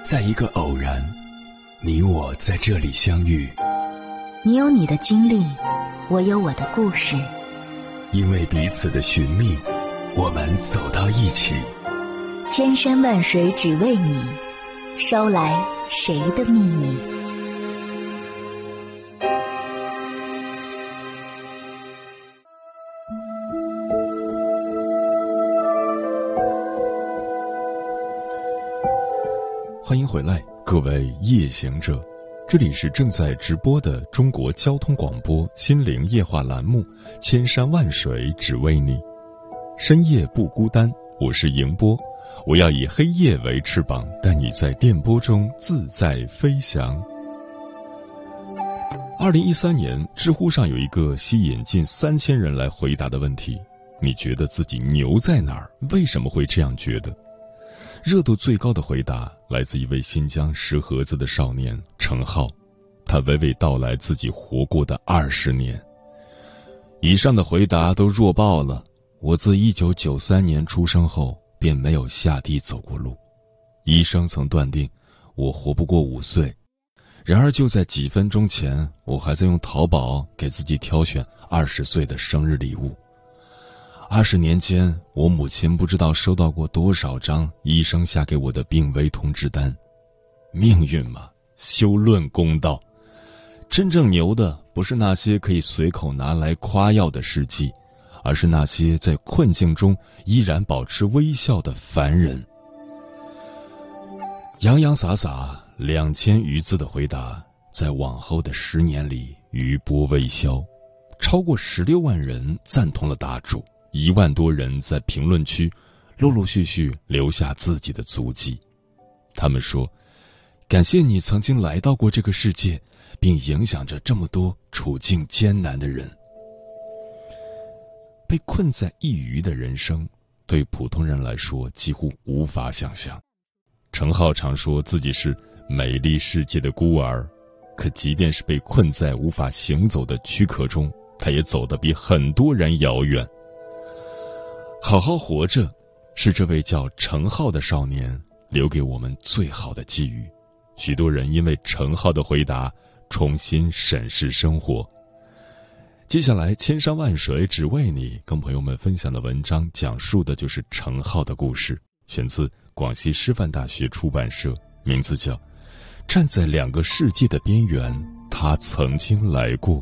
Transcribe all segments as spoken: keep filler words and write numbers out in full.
在一个偶然，你我在这里相遇。 你有你的经历，我有我的故事。 因为彼此的寻觅，我们走到一起。 千山万水只为你，捎来谁的秘密？ 欢迎回来，各位夜行者，这里是正在直播的中国交通广播心灵夜话栏目《千山万水只为你》，深夜不孤单，我是迎波，我要以黑夜为翅膀，带你在电波中自在飞翔。二零一三年，知乎上有一个吸引近三千人来回答的问题：你觉得自己牛在哪儿？为什么会这样觉得？热度最高的回答来自一位新疆石河子的少年程浩，他娓娓道来自己活过的二十年。以上的回答都弱爆了。我自一九九三年出生后便没有下地走过路，医生曾断定我活不过五岁。然而就在几分钟前，我还在用淘宝给自己挑选二十岁的生日礼物。二十年间，我母亲不知道收到过多少张医生下给我的病危通知单。命运嘛，休论公道。真正牛的不是那些可以随口拿来夸耀的事迹，而是那些在困境中依然保持微笑的凡人。洋洋洒洒两千余字的回答，在往后的十年里余波微消，超过十六万人赞同了答主。一万多人在评论区陆陆续续留下自己的足迹。他们说，感谢你曾经来到过这个世界，并影响着这么多处境艰难的人。被困在一隅的人生，对普通人来说几乎无法想象。程浩常说自己是美丽世界的孤儿，可即便是被困在无法行走的躯壳中，他也走得比很多人遥远。好好活着，是这位叫程浩的少年留给我们最好的寄语。许多人因为程浩的回答重新审视生活。接下来千山万水只为你跟朋友们分享的文章，讲述的就是程浩的故事，选自广西师范大学出版社，名字叫《站在两个世界的边缘，他曾经来过》。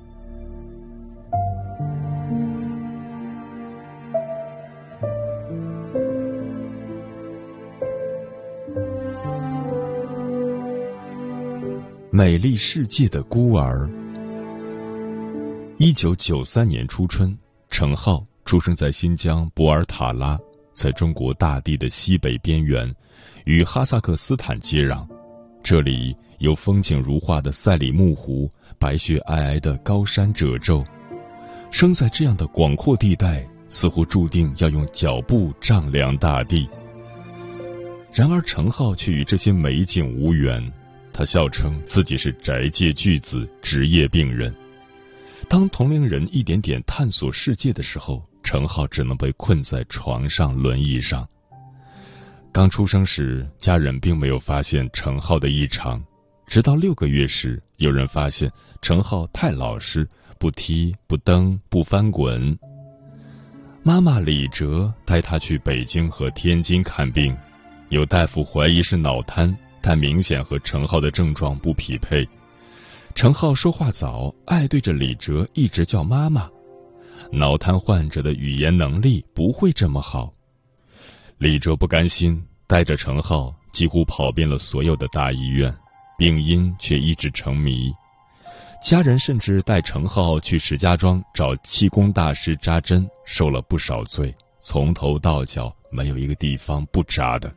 美丽世界的孤儿。一九九三年初春，程浩出生在新疆博尔塔拉，在中国大地的西北边缘，与哈萨克斯坦接壤。这里有风景如画的赛里木湖，白雪皑皑的高山褶皱。生在这样的广阔地带，似乎注定要用脚步丈量大地。然而程浩却与这些美景无缘。他笑称自己是宅界巨子，职业病人。当同龄人一点点探索世界的时候，程浩只能被困在床上轮椅上。刚出生时，家人并没有发现程浩的异常，直到六个月时，有人发现程浩太老实，不踢不蹬不翻滚。妈妈李哲带他去北京和天津看病，有大夫怀疑是脑瘫，但明显和程浩的症状不匹配。程浩说话早，爱对着李哲一直叫妈妈。脑瘫患者的语言能力不会这么好。李哲不甘心，带着程浩几乎跑遍了所有的大医院，病因却一直成谜。家人甚至带程浩去石家庄找气功大师扎针，受了不少罪，从头到脚没有一个地方不扎的。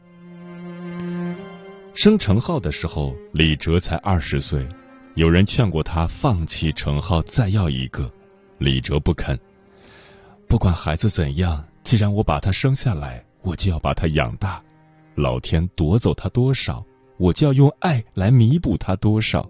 生程浩的时候，李哲才二十岁，有人劝过他放弃程浩再要一个，李哲不肯。不管孩子怎样，既然我把他生下来，我就要把他养大。老天夺走他多少，我就要用爱来弥补他多少。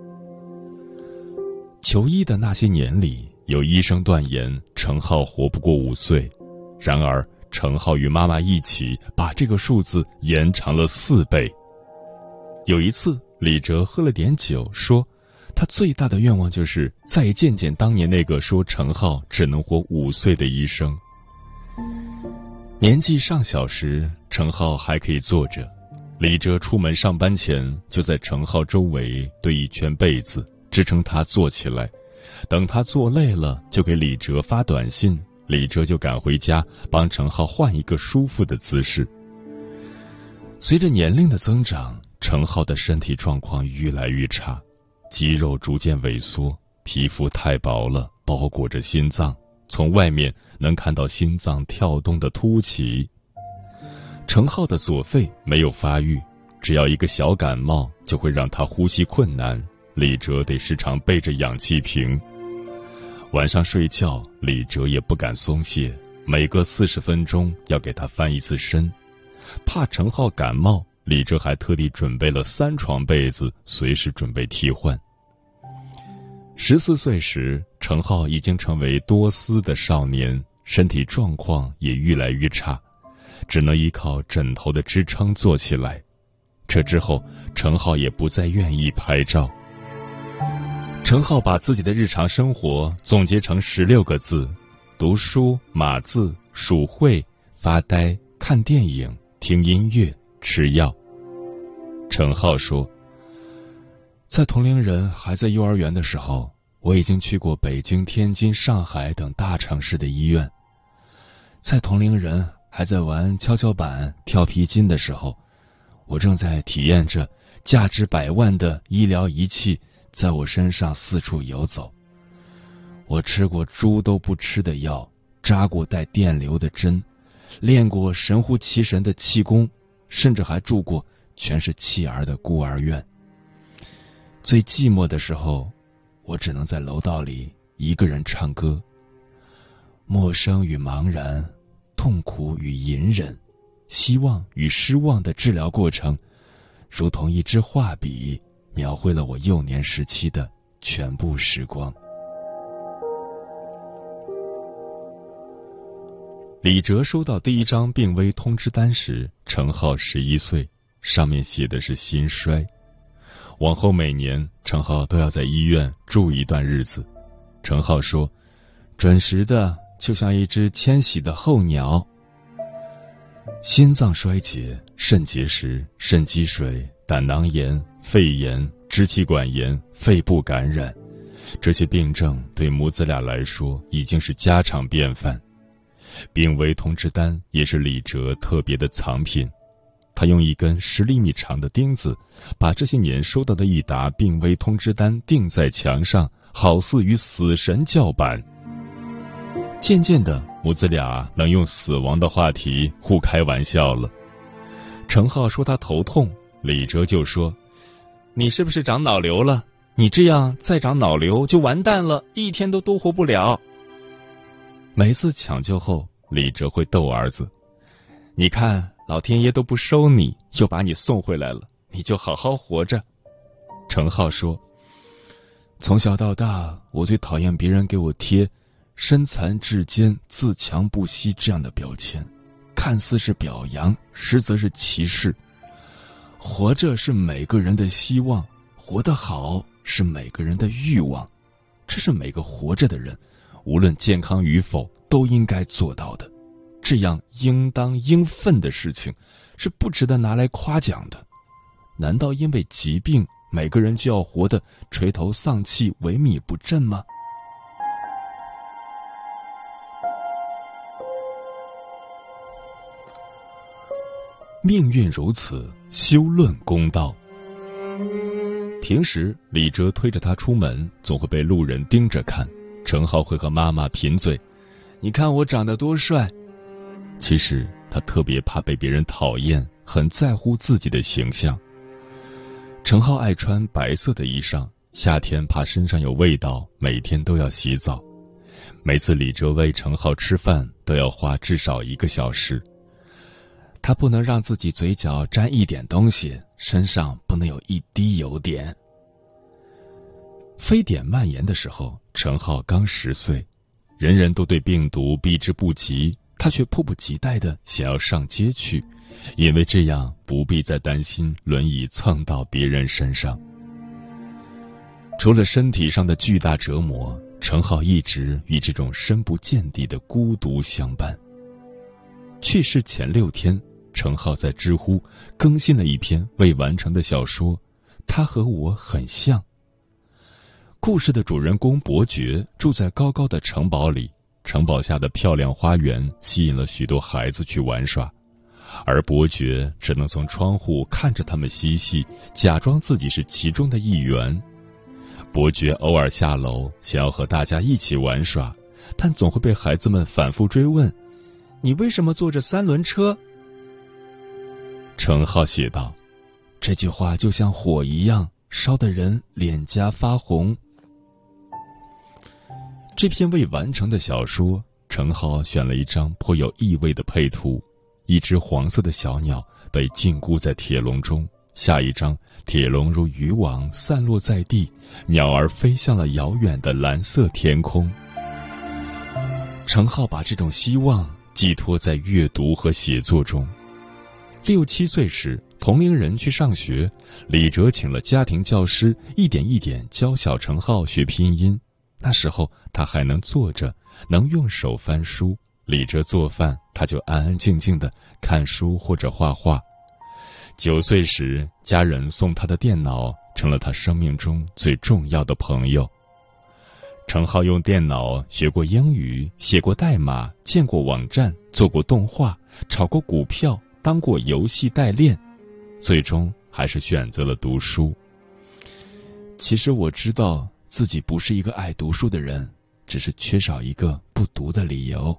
求医的那些年里，有医生断言程浩活不过五岁，然而程浩与妈妈一起把这个数字延长了四倍。 有一次，李哲喝了点酒，说他最大的愿望就是再见见当年那个说程浩只能活五岁的医生。年纪尚小时，程浩还可以坐着，李哲出门上班前就在程浩周围堆一圈被子，支撑他坐起来，等他坐累了就给李哲发短信，李哲就赶回家帮程浩换一个舒服的姿势。随着年龄的增长，程浩的身体状况越来越差，肌肉逐渐萎缩，皮肤太薄了，包裹着心脏，从外面能看到心脏跳动的凸起。程浩的左肺没有发育，只要一个小感冒就会让他呼吸困难，李哲得时常背着氧气瓶。晚上睡觉，李哲也不敢松懈，每隔四十分钟要给他翻一次身。怕程浩感冒，李哲还特地准备了三床被子，随时准备替换。十四岁时，程浩已经成为多思的少年，身体状况也越来越差，只能依靠枕头的支撑坐起来。这之后，程浩也不再愿意拍照。程浩把自己的日常生活总结成十六个字：读书、码字、数绘、发呆、看电影、听音乐、吃药。程浩说，在同龄人还在幼儿园的时候，我已经去过北京、天津、上海等大城市的医院。在同龄人还在玩跷跷板、跳皮筋的时候，我正在体验着价值百万的医疗仪器在我身上四处游走。我吃过猪都不吃的药，扎过带电流的针，练过神乎其神的气功，甚至还住过全是弃儿的孤儿院。最寂寞的时候，我只能在楼道里一个人唱歌。陌生与茫然，痛苦与隐忍，希望与失望的治疗过程，如同一支画笔，描绘了我幼年时期的全部时光。李哲收到第一张病危通知单时，程浩十一岁，上面写的是心衰。往后每年，程浩都要在医院住一段日子。程浩说，准时的就像一只迁徙的候鸟。心脏衰竭、肾结石、肾积水、胆囊炎、肺炎、支气管炎、肺部感染，这些病症对母子俩来说已经是家常便饭。病危通知单也是李哲特别的藏品，他用一根十厘米长的钉子，把这些年收到的一沓病危通知单钉在墙上，好似与死神叫板。渐渐的，母子俩能用死亡的话题互开玩笑了。程浩说他头痛，李哲就说，你是不是长脑瘤了？你这样再长脑瘤就完蛋了，一天都多活不了。每次抢救后，李哲会逗儿子，你看老天爷都不收你，又把你送回来了，你就好好活着。程浩说，从小到大，我最讨厌别人给我贴身残志坚、自强不息这样的标签，看似是表扬，实则是歧视。活着是每个人的希望，活得好是每个人的欲望，这是每个活着的人无论健康与否都应该做到的。这样应当应分的事情是不值得拿来夸奖的。难道因为疾病每个人就要活得垂头丧气、萎靡不振吗？命运如此，休论公道。平时李哲推着他出门，总会被路人盯着看。程浩会和妈妈贫嘴，你看我长得多帅。其实他特别怕被别人讨厌，很在乎自己的形象。程浩爱穿白色的衣裳，夏天怕身上有味道，每天都要洗澡。每次李哲喂程浩吃饭都要花至少一个小时。他不能让自己嘴角沾一点东西，身上不能有一滴油点。非典蔓延的时候，程浩刚十岁，人人都对病毒避之不及， 他却迫不及待地想要上街去，因为这样不必再担心轮椅蹭到别人身上。除了身体上的巨大折磨，程浩一直与这种深不见底的孤独相伴。去世前六天，程浩在知乎更新了一篇未完成的小说《他和我很像》。故事的主人公伯爵住在高高的城堡里，城堡下的漂亮花园吸引了许多孩子去玩耍，而伯爵只能从窗户看着他们嬉戏，假装自己是其中的一员。伯爵偶尔下楼想要和大家一起玩耍，但总会被孩子们反复追问：你为什么坐着三轮车？程浩写道，这句话就像火一样，烧得人脸颊发红。这篇未完成的小说，程浩选了一张颇有意味的配图，一只黄色的小鸟被禁锢在铁笼中，下一张铁笼如渔网散落在地，鸟儿飞向了遥远的蓝色天空。程浩把这种希望寄托在阅读和写作中。六七岁时，同龄人去上学，李哲请了家庭教师，一点一点教小程浩学拼音。那时候他还能坐着，能用手翻书，李哲做饭，他就安安静静的看书或者画画。九岁时，家人送他的电脑，成了他生命中最重要的朋友。程浩用电脑学过英语，写过代码，建过网站，做过动画，炒过股票，当过游戏代练，最终还是选择了读书。其实我知道自己不是一个爱读书的人，只是缺少一个不读的理由。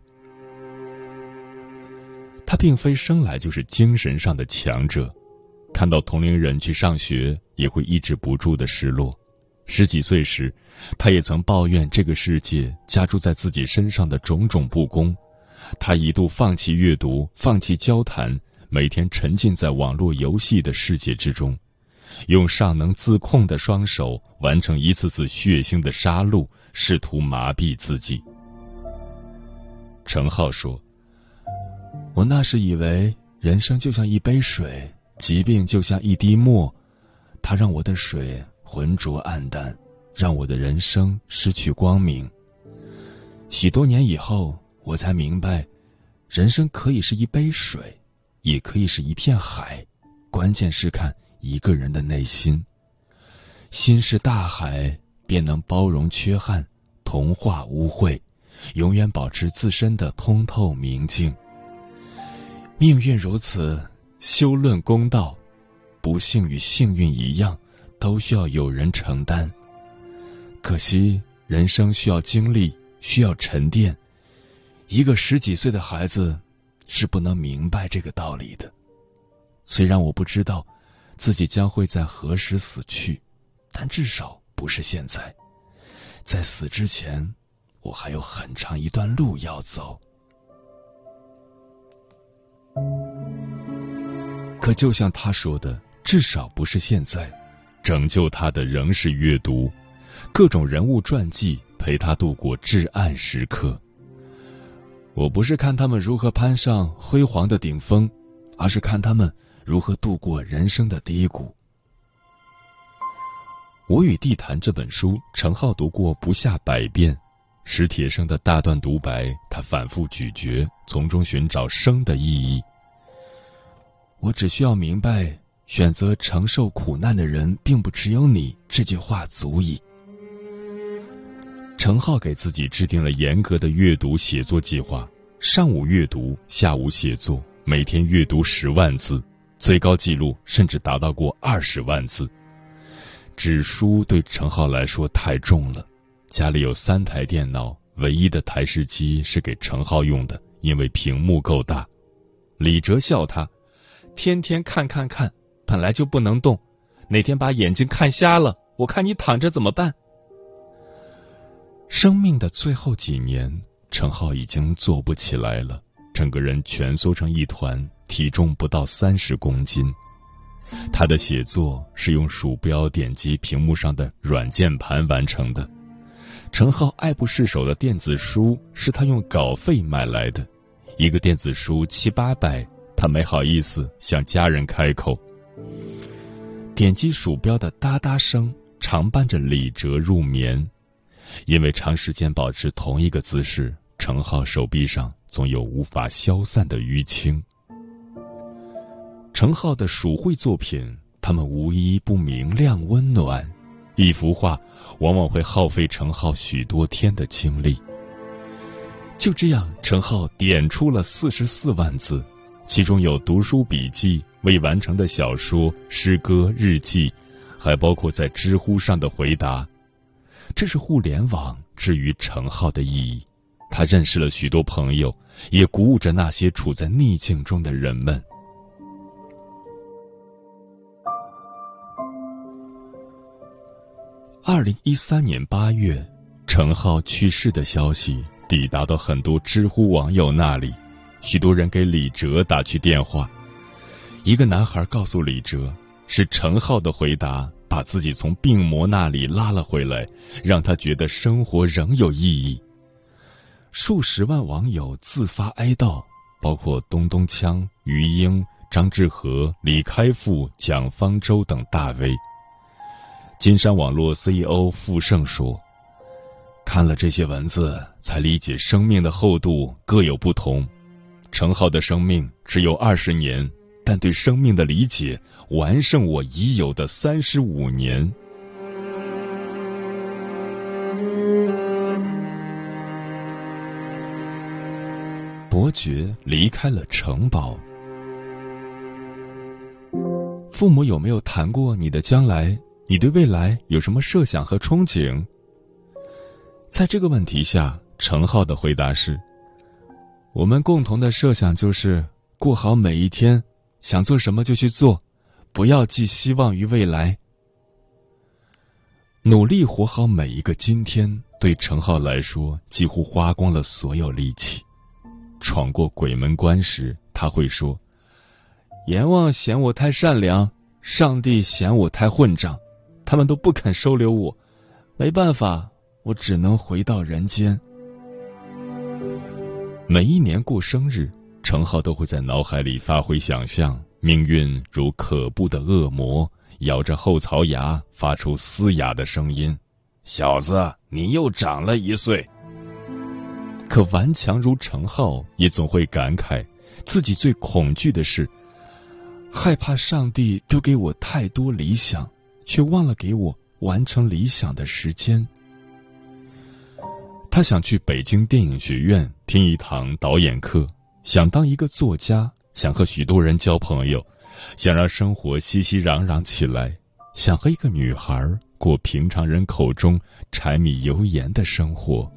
他并非生来就是精神上的强者，看到同龄人去上学，也会抑制不住的失落。十几岁时，他也曾抱怨这个世界加诸在自己身上的种种不公。他一度放弃阅读，放弃交谈，每天沉浸在网络游戏的世界之中，用尚能自控的双手完成一次次血腥的杀戮，试图麻痹自己。程浩说，我那时以为人生就像一杯水，疾病就像一滴墨，它让我的水浑浊暗淡，让我的人生失去光明。许多年以后，我才明白，人生可以是一杯水，也可以是一片海，关键是看一个人的内心。心是大海，便能包容缺憾，同化污秽，永远保持自身的通透明净。命运如此，休论公道，不幸与幸运一样，都需要有人承担。可惜人生需要经历，需要沉淀，一个十几岁的孩子是不能明白这个道理的。虽然我不知道自己将会在何时死去，但至少不是现在。在死之前，我还有很长一段路要走。可就像他说的，至少不是现在，拯救他的仍是阅读，各种人物传记陪他度过至暗时刻。我不是看他们如何攀上辉煌的顶峰，而是看他们如何度过人生的低谷。《我与地坛》这本书，程浩读过不下百遍，史铁生的大段独白，他反复咀嚼，从中寻找生的意义。我只需要明白，选择承受苦难的人并不只有你，这句话足矣。程浩给自己制定了严格的阅读写作计划，上午阅读，下午写作，每天阅读十万字，最高纪录甚至达到过二十万字。纸书对程浩来说太重了，家里有三台电脑，唯一的台式机是给程浩用的，因为屏幕够大。李哲笑他，天天看看看，本来就不能动，哪天把眼睛看瞎了，我看你躺着怎么办？生命的最后几年，程浩已经坐不起来了，整个人蜷缩成一团，体重不到三十公斤。他的写作是用鼠标点击屏幕上的软键盘完成的，程浩爱不释手的电子书是他用稿费买来的， 一个电子书七八百，他没好意思向家人开口。点击鼠标的哒哒声常伴着李哲入眠，因为长时间保持同一个姿势，程浩手臂上总有无法消散的淤青。程浩的鼠绘作品，它们无一不明亮温暖，一幅画往往会耗费程浩许多天的精力。就这样，程浩点出了四十四万字，其中有读书笔记、未完成的小说、诗歌、日记，还包括在知乎上的回答。这是互联网至于程浩的意义。他认识了许多朋友，也鼓舞着那些处在逆境中的人们。二零一三年八月，程浩去世的消息抵达到很多知乎网友那里，许多人给李哲打去电话。一个男孩告诉李哲，是程浩的回答把自己从病魔那里拉了回来，让他觉得生活仍有意义。数十万网友自发哀悼，包括东东锵、于英、张志和、李开复、蒋方舟等大 V。金山网络 C E O 傅盛说，看了这些文字，才理解生命的厚度各有不同。程浩的生命只有二十年，但对生命的理解完胜我已有的三十五年。伯爵离开了城堡。父母有没有谈过你的将来？你对未来有什么设想和憧憬？在这个问题下，程浩的回答是：我们共同的设想就是过好每一天，想做什么就去做，不要寄希望于未来。努力活好每一个今天，对程浩来说几乎花光了所有力气。闯过鬼门关时，他会说：阎王嫌我太善良，上帝嫌我太混账，他们都不肯收留我，没办法，我只能回到人间。每一年过生日，程浩都会在脑海里发挥想象，命运如可怖的恶魔，咬着后槽牙发出嘶哑的声音：小子，你又长了一岁。可顽强如程浩也总会感慨，自己最恐惧的是害怕上帝丢给我太多理想，却忘了给我完成理想的时间。他想去北京电影学院听一堂导演课，想当一个作家，想和许多人交朋友，想让生活熙熙攘攘起来，想和一个女孩过平常人口中柴米油盐的生活。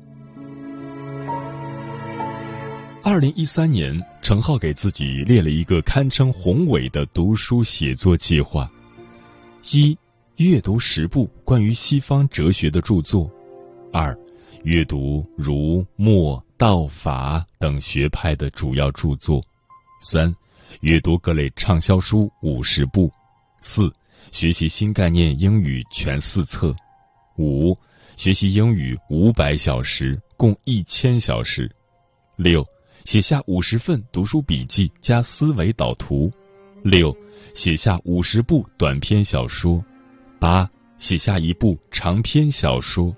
二零一三年，程浩给自己列了一个堪称宏伟的读书写作计划：一、阅读十部关于西方哲学的著作；二、阅读儒、墨、道、法等学派的主要著作；三、阅读各类畅销书五十部；四、学习新概念英语全四册；五、学习英语五百小时，共一千小时；六、写下五十份读书笔记加思维导图；六、写下五十部短篇小说；八、写下一部长篇小说。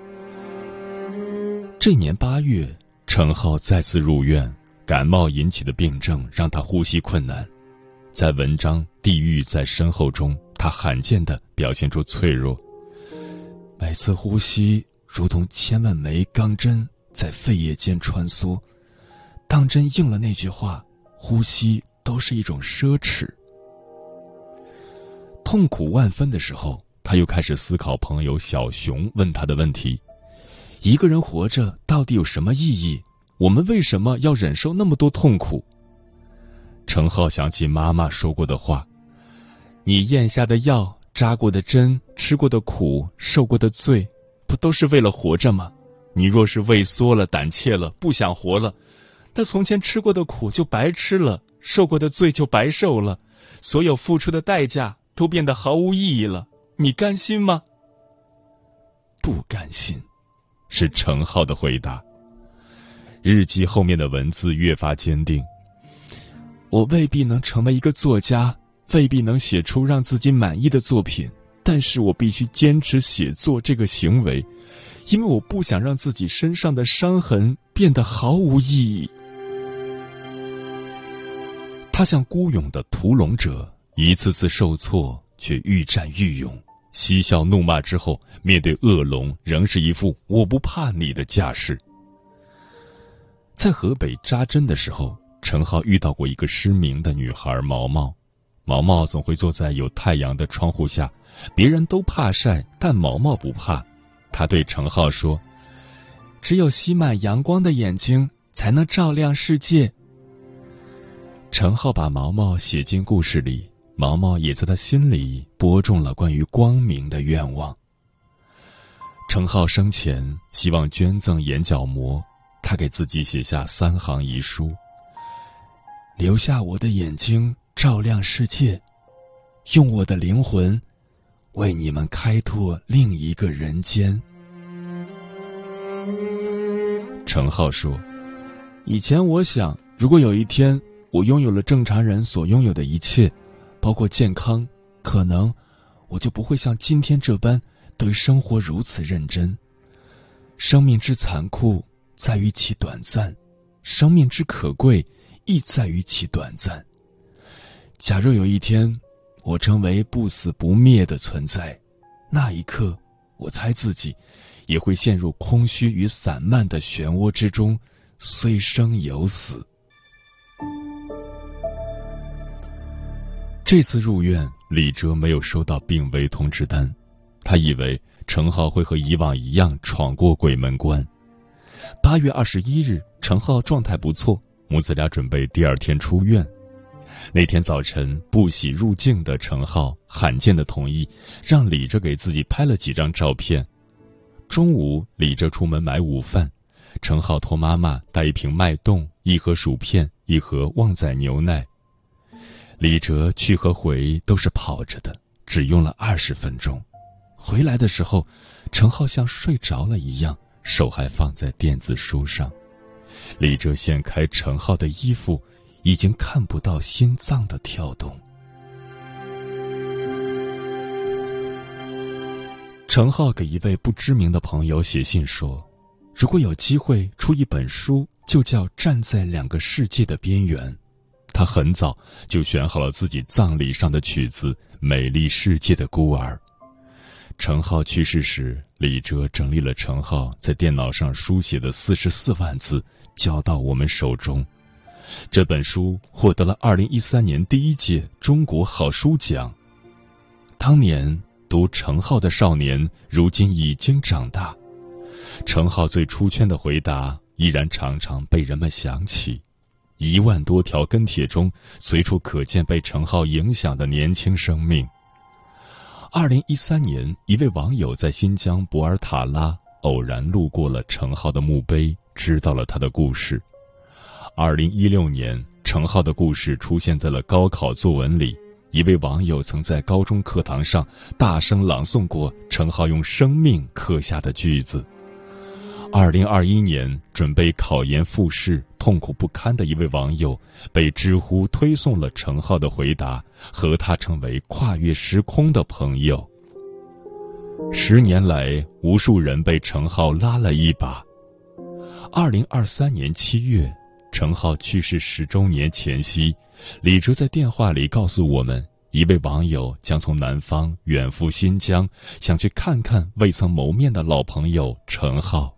这年八月，程浩再次入院，感冒引起的病症让他呼吸困难。在文章《地狱在身后》中，他罕见地表现出脆弱。每次呼吸如同千万枚钢针在肺叶间穿梭，当真应了那句话，呼吸都是一种奢侈。痛苦万分的时候，他又开始思考朋友小熊问他的问题：一个人活着到底有什么意义？我们为什么要忍受那么多痛苦？程浩想起妈妈说过的话：你咽下的药、扎过的针、吃过的苦、受过的罪，不都是为了活着吗？你若是畏缩了、胆怯了，不想活了，那从前吃过的苦就白吃了，受过的罪就白受了，所有付出的代价都变得毫无意义了，你甘心吗？不甘心，是程浩的回答。 日记后面的文字越发坚定。我未必能成为一个作家，未必能写出让自己满意的作品，但是我必须坚持写作这个行为，因为我不想让自己身上的伤痕变得毫无意义。他像孤勇的屠龙者，一次次受挫，却愈战愈勇。嬉笑怒骂之后，面对恶龙，仍是一副我不怕你的架势。在河北扎针的时候，陈浩遇到过一个失明的女孩毛毛。毛毛总会坐在有太阳的窗户下，别人都怕晒，但毛毛不怕。他对陈浩说：只有吸满阳光的眼睛，才能照亮世界。陈浩把毛毛写进故事里，毛毛也在他心里播种了关于光明的愿望。陈浩生前希望捐赠眼角膜，他给自己写下三行遗书：留下我的眼睛照亮世界，用我的灵魂为你们开拓另一个人间。陈浩说，以前我想，如果有一天我拥有了正常人所拥有的一切，包括健康，可能我就不会像今天这般对生活如此认真。生命之残酷在于其短暂，生命之可贵亦在于其短暂。假若有一天我成为不死不灭的存在，那一刻我猜自己也会陷入空虚与散漫的漩涡之中，虽生犹死。这次入院，李哲没有收到病危通知单，他以为陈浩会和以往一样闯过鬼门关。八月二十一日，陈浩状态不错，母子俩准备第二天出院。那天早晨，不喜入境的陈浩罕见的同意让李哲给自己拍了几张照片。中午，李哲出门买午饭，陈浩托妈妈带一瓶脉动、一盒薯片、一盒旺仔牛奶。李哲去和回都是跑着的，只用了二十分钟。回来的时候，陈浩像睡着了一样，手还放在电子书上。李哲掀开陈浩的衣服，已经看不到心脏的跳动。陈浩给一位不知名的朋友写信说，如果有机会出一本书，就叫《站在两个世界的边缘》。他很早就选好了自己葬礼上的曲子《美丽世界的孤儿》。陈浩去世时，李哲整理了陈浩在电脑上书写的四十四万字，交到我们手中。这本书获得了二零一三年第一届中国好书奖。当年读陈浩的少年，如今已经长大。陈浩最出圈的回答依然常常被人们想起。一万多条跟帖中，随处可见被陈浩影响的年轻生命。二零一三年，一位网友在新疆博尔塔拉偶然路过了陈浩的墓碑，知道了他的故事。二零一六年，陈浩的故事出现在了高考作文里，一位网友曾在高中课堂上大声朗诵过陈浩用生命刻下的句子。二零二一年，准备考研复试痛苦不堪的一位网友被知乎推送了陈浩的回答，和他成为跨越时空的朋友。十年来，无数人被陈浩拉了一把。二零二三年七月，陈浩去世十周年前夕，李哲在电话里告诉我们，一位网友将从南方远赴新疆，想去看看未曾谋面的老朋友陈浩。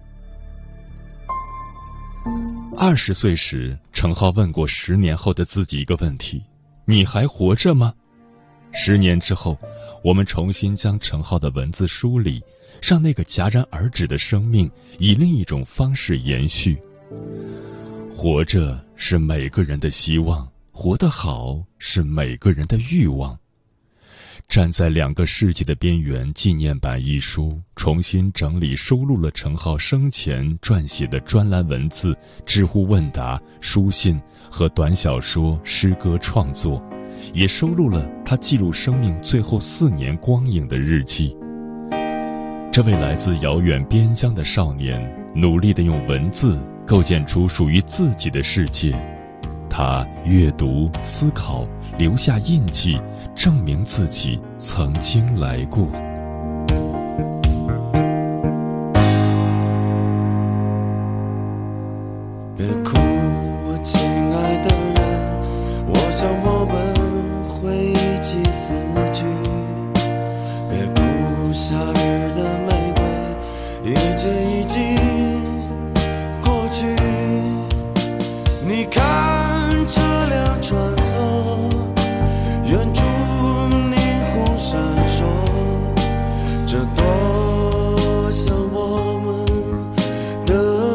二十岁时，陈浩问过十年后的自己一个问题：你还活着吗？十年之后，我们重新将陈浩的文字梳理，让那个戛然而止的生命以另一种方式延续。活着是每个人的希望，活得好是每个人的欲望。站在两个世界的边缘纪念版一书重新整理收录了陈浩生前撰写的专栏文字、知乎问答、书信和短小说、诗歌创作，也收录了他记录生命最后四年光影的日记。这位来自遥远边疆的少年，努力地用文字构建出属于自己的世界。他阅读、思考，留下印记，证明自己曾经来过。 别哭，我亲爱的人，我想我们会一起死去。别哭，夏日的玫瑰，一切已经过去。你看车辆穿梭，远处霓虹闪烁，这多像我们的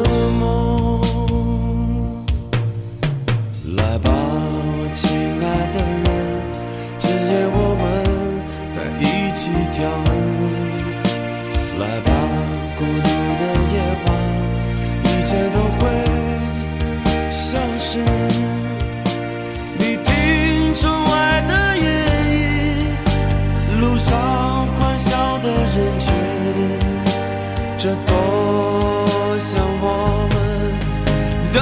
梦。来吧，我亲爱的人，今夜我们在一起跳舞。来吧，孤独的夜晚，一切都会消失。你听窗外的夜莺，路上欢笑的人群，这多像我们的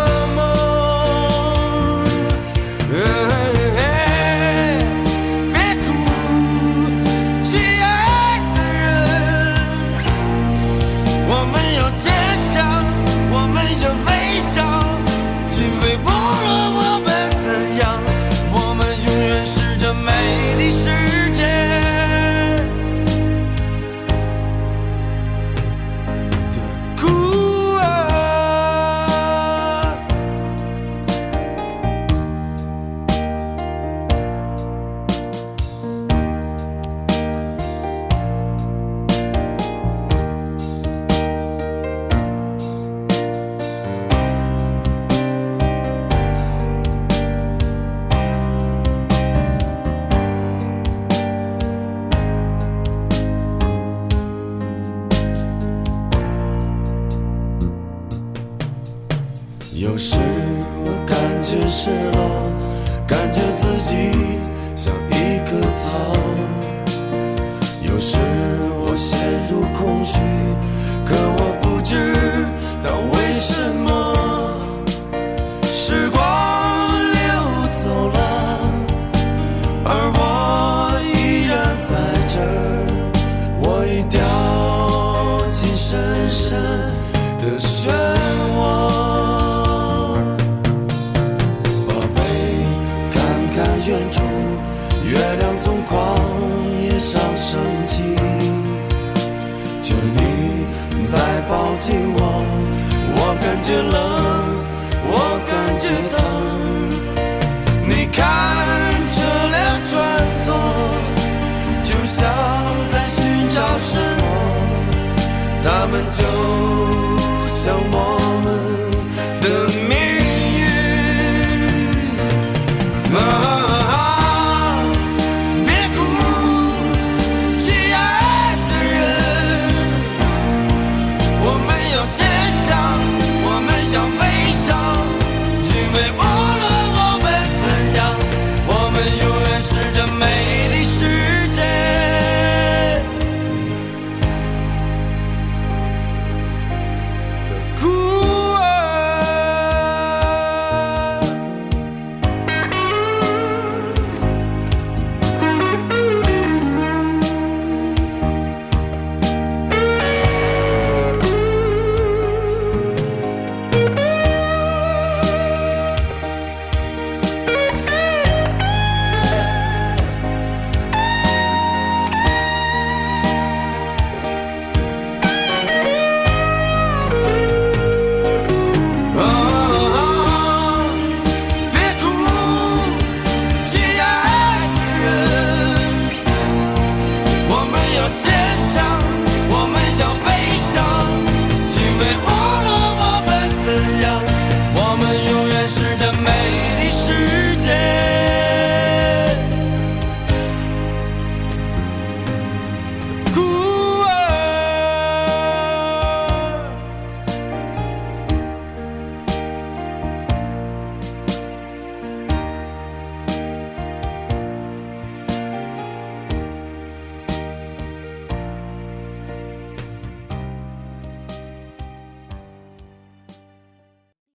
梦。别哭，亲爱的人，我们要坚强，我们要微笑，因为不论我们怎样，我们永远是这美丽世界的孤儿。有时我感觉失落，感觉自己像一棵草。有时我陷入空虚，可我不知道为什么。时光流走了，而我依然在这儿。我已掉进深深的漩涡。远处月亮从旷野上升起，求你再抱紧我，我感觉冷，我感觉疼。你看车辆穿梭，就像在寻找什么，他们就像我